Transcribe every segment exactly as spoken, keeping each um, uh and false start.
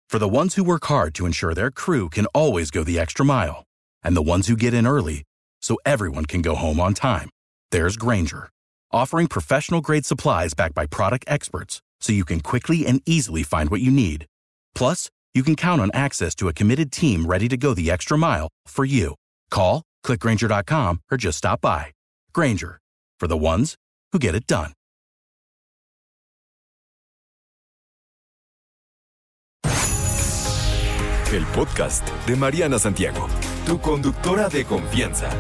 For the ones who work hard to ensure their crew can always go the extra mile, and the ones who get in early so everyone can go home on time, there's Grainger, offering professional-grade supplies backed by product experts so you can quickly and easily find what you need. Plus, you can count on access to a committed team ready to go the extra mile for you. Call, click Grainger dot com, or just stop by. Grainger, for the ones who get it done. El podcast de Mariana Santiago, tu conductora de confianza.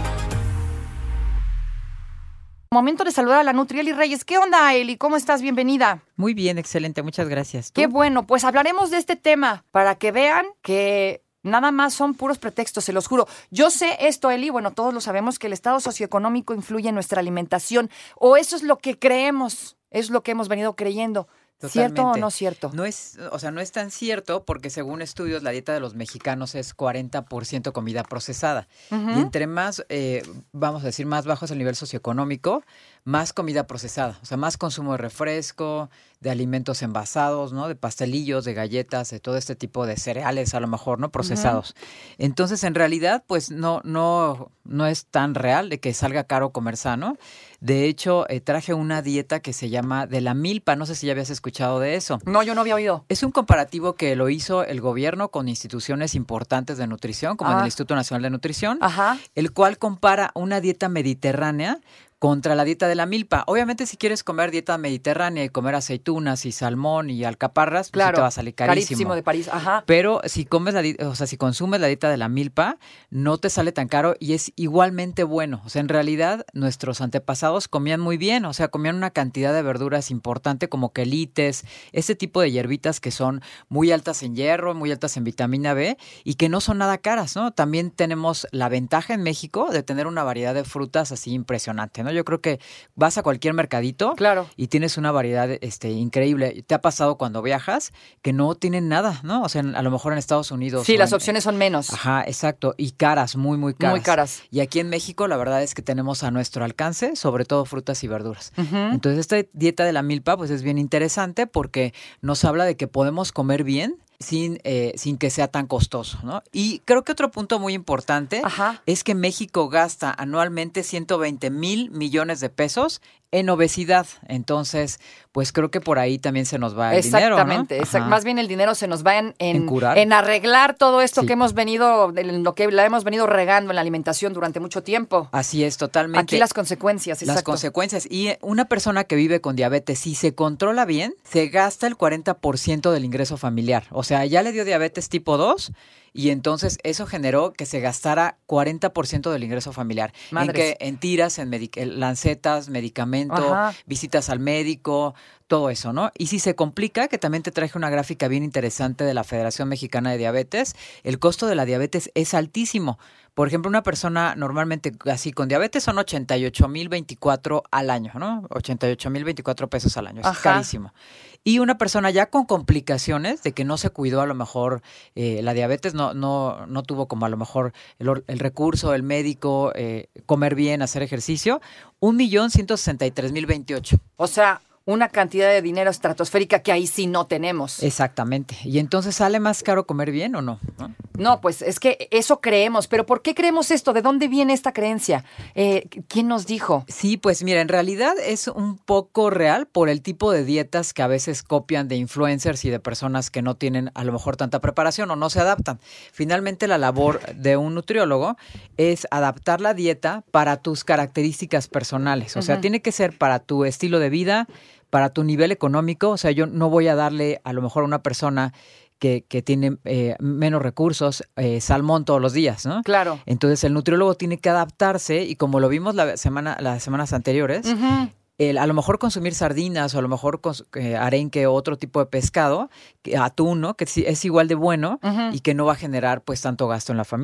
Momento de saludar a la Nutri Eli Reyes. ¿Qué onda, Eli? ¿Cómo estás? Bienvenida. Muy bien, excelente. Muchas gracias. ¿Tú? Qué bueno. Pues hablaremos de este tema para que vean que nada más son puros pretextos, se los juro. Yo sé esto, Eli, bueno, todos lo sabemos, que el estado socioeconómico influye en nuestra alimentación, o eso es lo que creemos, es lo que hemos venido creyendo. Totalmente. ¿Cierto o no cierto? No es, o sea, no es tan cierto porque según estudios la dieta de los mexicanos es cuarenta por ciento comida procesada. Uh-huh. Y entre más, eh, vamos a decir, más bajo es el nivel socioeconómico, más comida procesada. O sea, más consumo de refresco, de alimentos envasados, ¿no? De pastelillos, de galletas, de todo este tipo de cereales a lo mejor, ¿no? Procesados. Uh-huh. Entonces, en realidad, pues no, no, no es tan real de que salga caro comer sano. De hecho, eh, traje una dieta que se llama de la milpa. No sé si ya habías escuchado de eso. No, yo no había oído. Es un comparativo que lo hizo el gobierno con instituciones importantes de nutrición, como ah. el Instituto Nacional de Nutrición, Ajá. el cual compara una dieta mediterránea contra la dieta de la milpa. Obviamente, si quieres comer dieta mediterránea y comer aceitunas y salmón y alcaparras, claro, pues sí te va a salir carísimo. Carísimo de París, ajá. Pero si comes la, o sea, si consumes la dieta de la milpa, no te sale tan caro y es igualmente bueno. O sea, en realidad, nuestros antepasados comían muy bien. O sea, comían una cantidad de verduras importante como quelites, ese tipo de hierbitas que son muy altas en hierro, muy altas en vitamina B y que no son nada caras, ¿no? También tenemos la ventaja en México de tener una variedad de frutas así impresionante, ¿no? Yo creo que vas a cualquier mercadito claro. y tienes una variedad este, increíble. ¿Te ha pasado cuando viajas que no tienen nada, ¿no? O sea, a lo mejor en Estados Unidos. Sí, las en, opciones son menos. Ajá, exacto. Y caras, muy, muy caras. Muy caras. Y aquí en México la verdad es que tenemos a nuestro alcance, sobre todo frutas y verduras. Uh-huh. Entonces esta dieta de la milpa pues es bien interesante porque nos habla de que podemos comer bien sin, eh, sin que sea tan costoso, ¿no? Y creo que otro punto muy importante Ajá. es que México gasta anualmente ciento veinte mil millones de pesos en obesidad. Entonces, pues creo que por ahí también se nos va el dinero, ¿no? Exactamente. Exact- más bien el dinero se nos va en, en, ¿En curar? en arreglar todo esto Sí. que hemos venido, en lo que la hemos venido regando en la alimentación durante mucho tiempo. Así es, totalmente. Aquí las consecuencias, exacto. Las consecuencias. Y una persona que vive con diabetes, si se controla bien, se gasta el cuarenta por ciento del ingreso familiar. O sea, ya le dio diabetes tipo dos y entonces eso generó que se gastara cuarenta por ciento del ingreso familiar. Madres. En que en tiras, en medic- lancetas, medicamento, Ajá. visitas al médico, todo eso, ¿no? Y si se complica, que también te traje una gráfica bien interesante de la Federación Mexicana de Diabetes, el costo de la diabetes es altísimo. Por ejemplo, una persona normalmente así con diabetes son ochenta y ocho mil veinticuatro al año, ¿no? ochenta y ocho mil veinticuatro pesos al año, es Ajá. carísimo. Y una persona ya con complicaciones de que no se cuidó a lo mejor eh, la diabetes, no, no, no tuvo como a lo mejor el, el recurso, el médico, eh, comer bien, hacer ejercicio, un millón ciento sesenta y tres mil veintiocho. O sea, una cantidad de dinero estratosférica que ahí sí no tenemos. Exactamente. ¿Y entonces sale más caro comer bien o no? ¿No? No, pues es que eso creemos. ¿Pero por qué creemos esto? ¿De dónde viene esta creencia? Eh, ¿Quién nos dijo? Sí, pues mira, en realidad es un poco real por el tipo de dietas que a veces copian de influencers y de personas que no tienen a lo mejor tanta preparación o no se adaptan. Finalmente la labor de un nutriólogo es adaptar la dieta para tus características personales. O sea, uh-huh. tiene que ser para tu estilo de vida, para tu nivel económico. O sea, yo no voy a darle a lo mejor a una persona que, que tiene eh, menos recursos, eh, salmón todos los días, ¿no? Claro. Entonces el nutriólogo tiene que adaptarse y como lo vimos la semana, las semanas anteriores, uh-huh. el, a lo mejor consumir sardinas o a lo mejor cons- eh, arenque o otro tipo de pescado, que, atún, ¿no? Que sí, es igual de bueno uh-huh. y que no va a generar pues tanto gasto en la familia.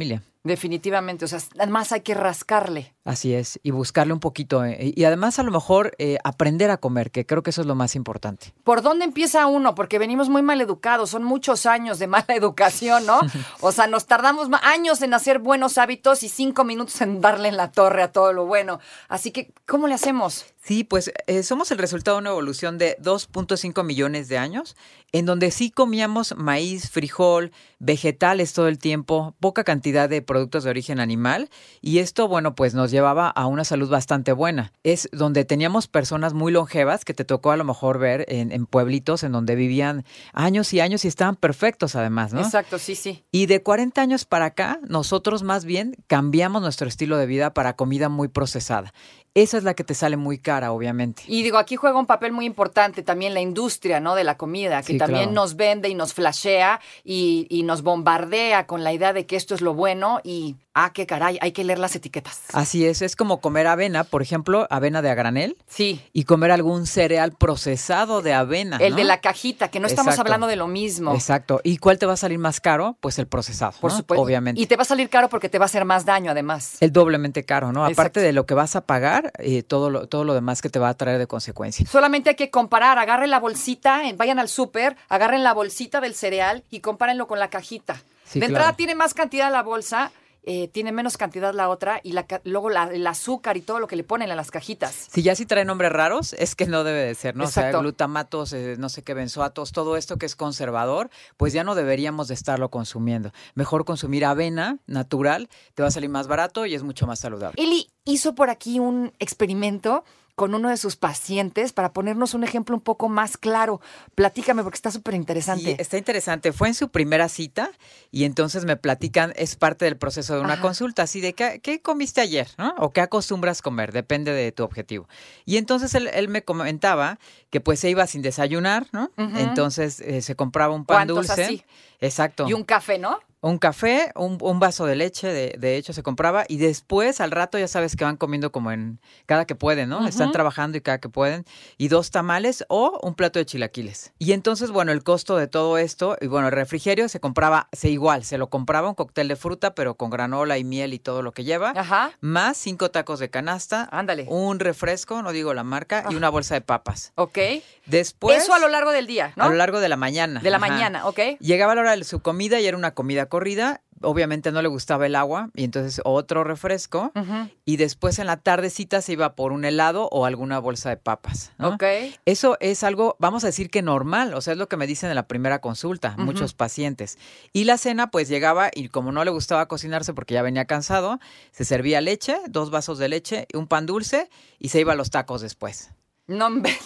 Definitivamente, o sea, además hay que rascarle. Así es, y buscarle un poquito. Eh, y además a lo mejor eh, aprender a comer, que creo que eso es lo más importante. ¿Por dónde empieza uno? Porque venimos muy mal educados, son muchos años de mala educación, ¿no? O sea, nos tardamos años en hacer buenos hábitos y cinco minutos en darle en la torre a todo lo bueno. Así que, ¿cómo le hacemos? Sí, pues eh, somos el resultado de una evolución de dos punto cinco millones de años, en donde sí comíamos maíz, frijol, vegetales todo el tiempo, poca cantidad de productos de origen animal, y esto, bueno, pues nos llevaba a una salud bastante buena. Es donde teníamos personas muy longevas, que te tocó a lo mejor ver en, en pueblitos en donde vivían años y años y estaban perfectos además, ¿no? Exacto, sí, sí. Y de cuarenta años para acá, nosotros más bien cambiamos nuestro estilo de vida para comida muy procesada. Esa es la que te sale muy cara, obviamente. Y digo, aquí juega un papel muy importante también la industria, ¿no? De la comida, que Sí, también claro. nos vende y nos flashea y, y nos bombardea con la idea de que esto es lo bueno y, ah, qué caray, hay que leer las etiquetas. Así es, es como comer avena, por ejemplo, avena de a granel, Sí, y comer algún cereal procesado de avena, el ¿no? de la cajita, que no estamos Exacto. hablando de lo mismo. Exacto. ¿Y cuál te va a salir más caro? Pues el procesado, Por ¿no? supuesto. Obviamente. Y te va a salir caro porque te va a hacer más daño, además. El doblemente caro, ¿no? Exacto. Aparte de lo que vas a pagar, eh, todo, lo, todo lo demás que te va a traer de consecuencia. Solamente hay que comparar, agarren la bolsita, eh, vayan al súper, agarren la bolsita del cereal y compárenlo con la cajita. Sí, de entrada claro. tiene más cantidad la bolsa, eh, tiene menos cantidad la otra y la, ca- luego la- el azúcar y todo lo que le ponen en las cajitas. Si ya sí trae nombres raros, es que no debe de ser, ¿no? O Exacto. sea, glutamatos, eh, no sé qué, benzoatos, todo esto que es conservador, pues ya no deberíamos de estarlo consumiendo. Mejor consumir avena natural, te va a salir más barato y es mucho más saludable. Eli hizo por aquí un experimento con uno de sus pacientes para ponernos un ejemplo un poco más claro. Platícame porque está súper interesante. Sí, está interesante. Fue en su primera cita y entonces me platican, es parte del proceso de una Ajá. consulta, así de ¿qué, qué comiste ayer? ¿No? O qué acostumbras comer, depende de tu objetivo. Y entonces él, él me comentaba que pues se iba sin desayunar, ¿no? Ujú. Entonces eh, se compraba un pan ¿Cuántos dulce. así? Exacto. Y un café, ¿no? Un café, un, un vaso de leche, de, de hecho se compraba, y después al rato ya sabes que van comiendo como en cada que pueden, ¿no? Ujú. Están trabajando y cada que pueden, y dos tamales o un plato de chilaquiles. Y entonces, bueno, el costo de todo esto, y bueno, el refrigerio se compraba, se igual, se lo compraba un cóctel de fruta, pero con granola y miel y todo lo que lleva, Ajá. más cinco tacos de canasta, Ándale. un refresco, no digo la marca, y Ah. una bolsa de papas. Ok. Después, Eso a lo largo del día, ¿no? a lo largo de la mañana. de la Ajá. mañana, ok. Llegaba la hora de su comida y era una comida corrida. Obviamente no le gustaba el agua y entonces otro refresco. Ujú. Y después en la tardecita se iba por un helado o alguna bolsa de papas, ¿no? Ok. Eso es algo, vamos a decir que normal, o sea, es lo que me dicen en la primera consulta, Ujú. muchos pacientes. Y la cena pues llegaba y como no le gustaba cocinarse porque ya venía cansado, se servía leche, dos vasos de leche, un pan dulce y se iba a los tacos después. No me...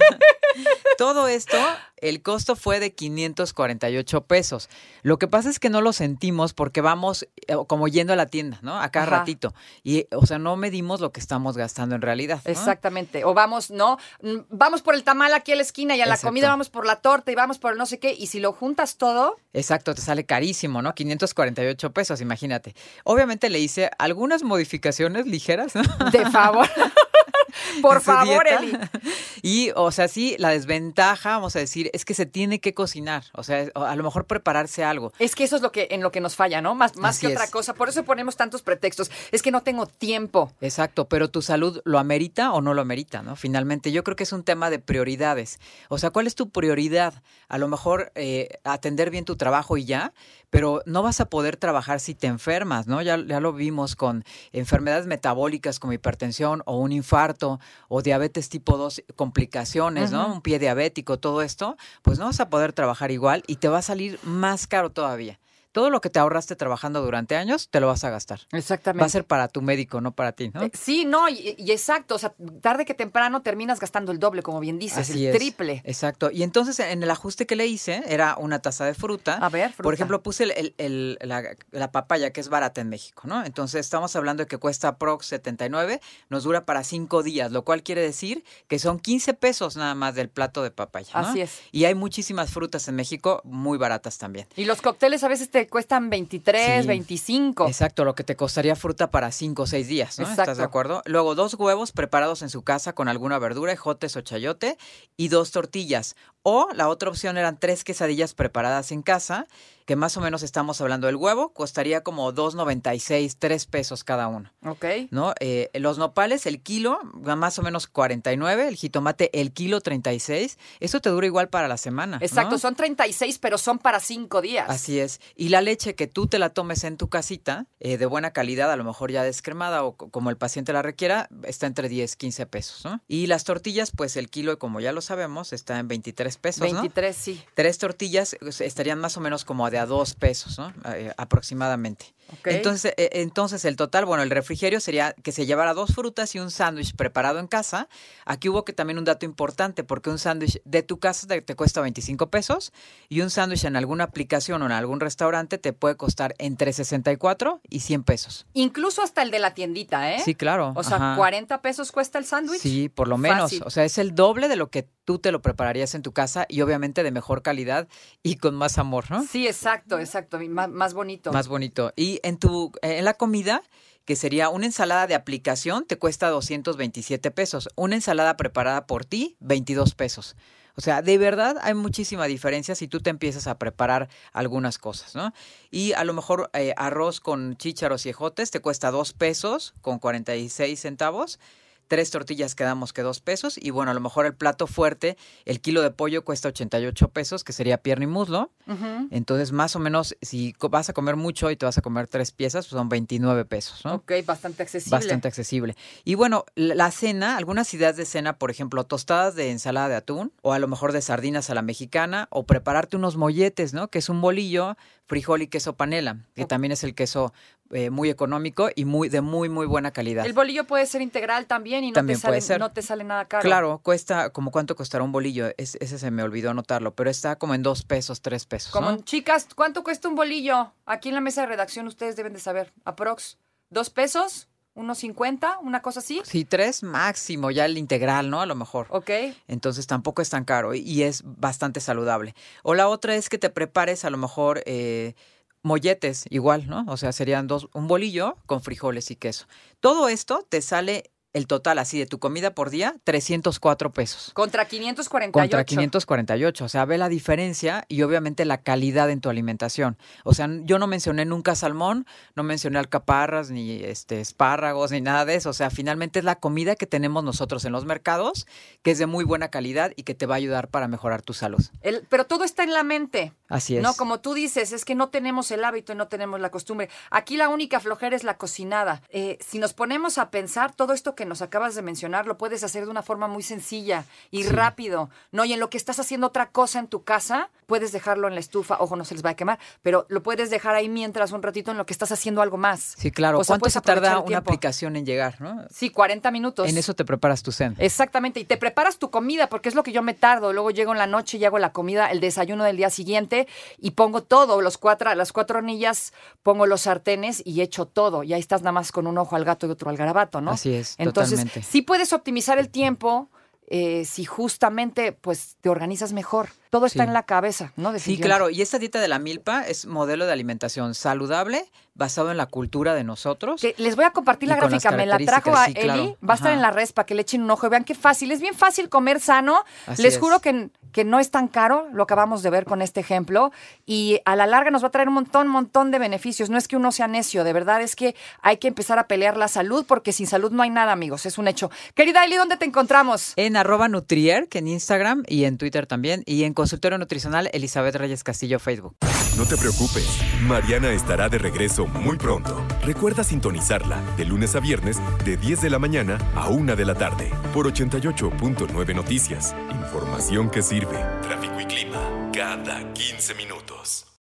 Todo esto, el costo fue de quinientos cuarenta y ocho pesos. Lo que pasa es que no lo sentimos porque vamos eh, como yendo a la tienda, ¿no? A cada Ajá. ratito. Y, o sea, no medimos lo que estamos gastando en realidad, ¿no? Exactamente. O vamos, ¿no? Mm, Vamos por el tamal aquí a la esquina y a la Exacto. comida vamos por la torta y vamos por el no sé qué. Y si lo juntas todo, Exacto, te sale carísimo, ¿no? quinientos cuarenta y ocho pesos, imagínate. Obviamente le hice algunas modificaciones ligeras, ¿no? de favor. Por en su favor, dieta. Eli. Y, o sea, sí, la desventaja, vamos a decir, es que se tiene que cocinar. O sea, a lo mejor prepararse algo. Es que eso es lo que en lo que nos falla, ¿no? Más, más Así que otra es. cosa. Por eso ponemos tantos pretextos. Es que no tengo tiempo. Exacto, pero tu salud lo amerita o no lo amerita, ¿no? Finalmente, yo creo que es un tema de prioridades. O sea, ¿cuál es tu prioridad? A lo mejor eh, atender bien tu trabajo y ya, pero no vas a poder trabajar si te enfermas, ¿no? Ya, ya lo vimos con enfermedades metabólicas como hipertensión o un infarto o diabetes tipo dos, complicaciones, ¿no? Ujú. Un pie diabético, todo esto, pues no vas a poder trabajar igual y te va a salir más caro todavía. Todo lo que te ahorraste trabajando durante años, te lo vas a gastar. Exactamente. Va a ser para tu médico, no para ti, ¿no? Eh, Sí, no, y, y exacto. O sea, tarde que temprano terminas gastando el doble, como bien dices, Así el es. triple. Exacto. Y entonces en el ajuste que le hice era una taza de fruta. A ver, fruta. Por ejemplo, puse el, el- el- la, la papaya, que es barata en México, ¿no? Entonces estamos hablando de que cuesta aprox setenta y nueve, nos dura para cinco días, lo cual quiere decir que son quince pesos nada más del plato de papaya, ¿no? Así es. Y hay muchísimas frutas en México muy baratas también. Y los cócteles a veces te cuestan veintitrés, Sí. veinticinco. Exacto, lo que te costaría fruta para cinco o seis días, ¿no? Exacto. ¿Estás de acuerdo? Luego, dos huevos preparados en su casa con alguna verdura, ejotes o chayote, y dos tortillas. O la otra opción eran tres quesadillas preparadas en casa, que más o menos estamos hablando del huevo, costaría como dos noventa y seis, tres pesos cada uno. Ok. ¿No? Eh, los nopales, el kilo, más o menos cuarenta y nueve, el jitomate, el kilo treinta y seis. Eso te dura igual para la semana. Exacto, ¿no? son treinta y seis, pero son para cinco días. Así es. Y la leche que tú te la tomes en tu casita, eh, de buena calidad, a lo mejor ya descremada o c- como el paciente la requiera, está entre diez, quince pesos, ¿no? Y las tortillas, pues el kilo, como ya lo sabemos, está en veintitrés pesos, ¿no? veintitrés, sí. Tres tortillas pues, estarían más o menos como de a dos pesos, ¿no? Eh, aproximadamente. Ok. Entonces, eh, entonces, el total, bueno, el refrigerio sería que se llevara dos frutas y un sándwich preparado en casa. Aquí hubo que también un dato importante, porque un sándwich de tu casa te, te cuesta veinticinco pesos y un sándwich en alguna aplicación o en algún restaurante te puede costar entre sesenta y cuatro y cien pesos. Incluso hasta el de la tiendita, ¿eh? Sí, claro. O sea, ajá. cuarenta pesos cuesta el sándwich. Sí, por lo menos. Fácil. O sea, es el doble de lo que tú te lo prepararías en tu casa y obviamente de mejor calidad y con más amor, ¿no? Sí, exacto, exacto. y Más, más bonito. Más bonito. Y en tu en la comida, que sería una ensalada de aplicación, te cuesta doscientos veintisiete pesos. Una ensalada preparada por ti, veintidós pesos. O sea, de verdad hay muchísima diferencia si tú te empiezas a preparar algunas cosas, ¿no? Y a lo mejor eh, arroz con chícharos y ejotes te cuesta dos pesos con cuarenta y seis centavos. Tres tortillas quedamos que dos pesos. Y bueno, a lo mejor el plato fuerte, el kilo de pollo cuesta ochenta y ocho pesos, que sería pierna y muslo. Ujú. Entonces, más o menos, si co- vas a comer mucho y te vas a comer tres piezas, pues son veintinueve pesos, ¿no? Ok, bastante accesible. Bastante accesible. Y bueno, la la cena, algunas ideas de cena, por ejemplo, tostadas de ensalada de atún, o a lo mejor de sardinas a la mexicana, o prepararte unos molletes, ¿no? Que es un bolillo, frijol y queso panela, que Ok. también es el queso eh, muy económico y muy de muy, muy buena calidad. El bolillo puede ser integral también y no, También te, sale, puede ser. no te sale nada caro. Claro, cuesta, como cuánto costará un bolillo, es- ese se me olvidó anotarlo, pero está como en dos pesos, tres pesos, Como, ¿no? chicas, ¿cuánto cuesta un bolillo? Aquí en la mesa de redacción ustedes deben de saber. Aprox, ¿dos pesos? ¿Unos cincuenta? ¿Una cosa así? Sí, tres máximo, ya el integral, ¿no? A lo mejor. Ok. Entonces tampoco es tan caro y, y es bastante saludable. O la otra es que te prepares a lo mejor eh, molletes, igual, ¿no? O sea, serían dos, un bolillo con frijoles y queso. Todo esto te sale el total así de tu comida por día, trescientos cuatro pesos. Contra quinientos cuarenta y ocho. Contra quinientos cuarenta y ocho. O sea, ve la diferencia y obviamente la calidad en tu alimentación. O sea, yo no mencioné nunca salmón, no mencioné alcaparras, ni este espárragos, ni nada de eso. O sea, finalmente es la comida que tenemos nosotros en los mercados, que es de muy buena calidad y que te va a ayudar para mejorar tu salud. El- pero todo está en la mente. Así es. No, como tú dices, es que no tenemos el hábito y no tenemos la costumbre. Aquí la única flojera es la cocinada. Eh, si nos ponemos a pensar, todo esto que nos acabas de mencionar lo puedes hacer de una forma muy sencilla y Sí. rápido, ¿no? Y en lo que estás haciendo otra cosa en tu casa, puedes dejarlo en la estufa. Ojo, no se les va a quemar, pero lo puedes dejar ahí mientras un ratito en lo que estás haciendo algo más. Sí, claro. O sea, ¿Cuánto puedes se aprovechar tarda el una tiempo. aplicación en llegar, no? Sí, cuarenta minutos. En eso te preparas tu cena. Exactamente, y te preparas tu comida, porque es lo que yo me tardo. Luego llego en la noche y hago la comida, el desayuno del día siguiente, y pongo todo, los cuatro, las cuatro hornillas, pongo los sartenes y echo todo. Y ahí estás nada más con un ojo al gato y otro al garabato, ¿no? Así es, Entonces, totalmente. sí puedes optimizar el tiempo eh, si justamente pues te organizas mejor. Todo está Sí. en la cabeza, ¿no? Sí, Definitivamente. claro. Y esta dieta de la milpa es modelo de alimentación saludable, basado en la cultura de nosotros. Que les voy a compartir Y la con las gráfica, me la trajo a características, sí, Eli, claro. va a estar Ajá. en la red para que le echen un ojo y vean qué fácil, es bien fácil comer sano, Así les es. juro que, que no es tan caro, lo acabamos de ver con este ejemplo, y a la larga nos va a traer un montón, montón de beneficios, no es que uno sea necio, de verdad es que hay que empezar a pelear la salud, porque sin salud no hay nada, amigos, es un hecho. Querida Eli, ¿dónde te encontramos? En arroba Nutrier, que en Instagram y en Twitter también. Y en Consultorio Nutricional, Elizabeth Reyes Castillo, Facebook. No te preocupes, Mariana estará de regreso muy pronto. Recuerda sintonizarla de lunes a viernes de diez de la mañana a una de la tarde por ochenta y ocho punto nueve Noticias. Información que sirve. Tráfico y clima cada quince minutos.